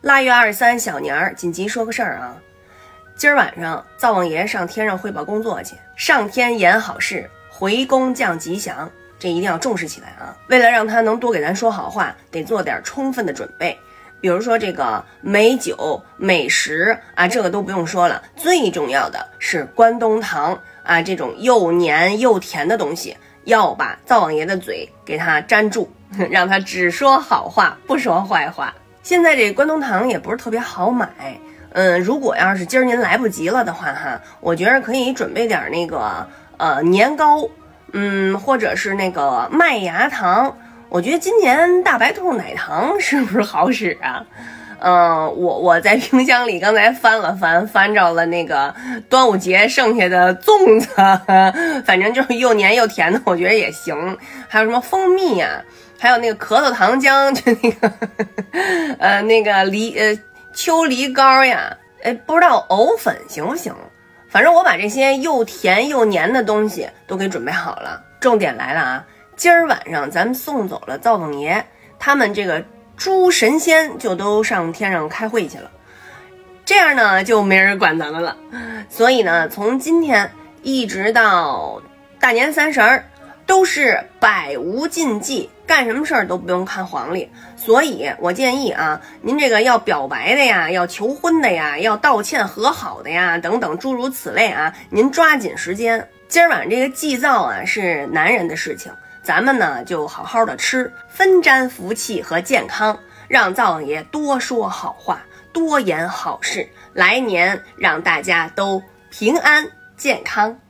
腊月23小年儿，紧急说个事儿啊！今儿晚上灶王爷上天上汇报工作去，上天言好事，回宫降吉祥，这一定要重视起来啊！为了让他能多给咱说好话，得做点充分的准备，比如说这个美酒、美食啊，这个都不用说了，最重要的是关东糖啊，这种又黏又甜的东西，要把灶王爷的嘴给他粘住，让他只说好话，不说坏话。现在这关东糖也不是特别好买，如果要是今儿您来不及了的话哈，我觉得可以准备点那个年糕，或者是那个麦芽糖。我觉得今年大白兔奶糖是不是好使啊？我在冰箱里刚才翻了翻，翻着了那个端午节剩下的粽子，反正就是又黏又甜的，我觉得也行。还有什么蜂蜜啊，还有那个咳嗽糖浆，就那个秋梨膏呀，不知道藕粉行不行？反正我把这些又甜又黏的东西都给准备好了。重点来了啊！今儿晚上咱们送走了灶王爷，他们这个诸神仙就都上天上开会去了，这样呢就没人管咱们了。所以呢，从今天一直到大年30都是百无禁忌，干什么事儿都不用看黄历。所以我建议啊，您这个要表白的呀，要求婚的呀，要道歉和好的呀，等等诸如此类啊，您抓紧时间。今儿晚这个祭灶啊是男人的事情，咱们呢就好好的吃，分沾福气和健康，让灶王爷多说好话，多言好事，来年让大家都平安健康。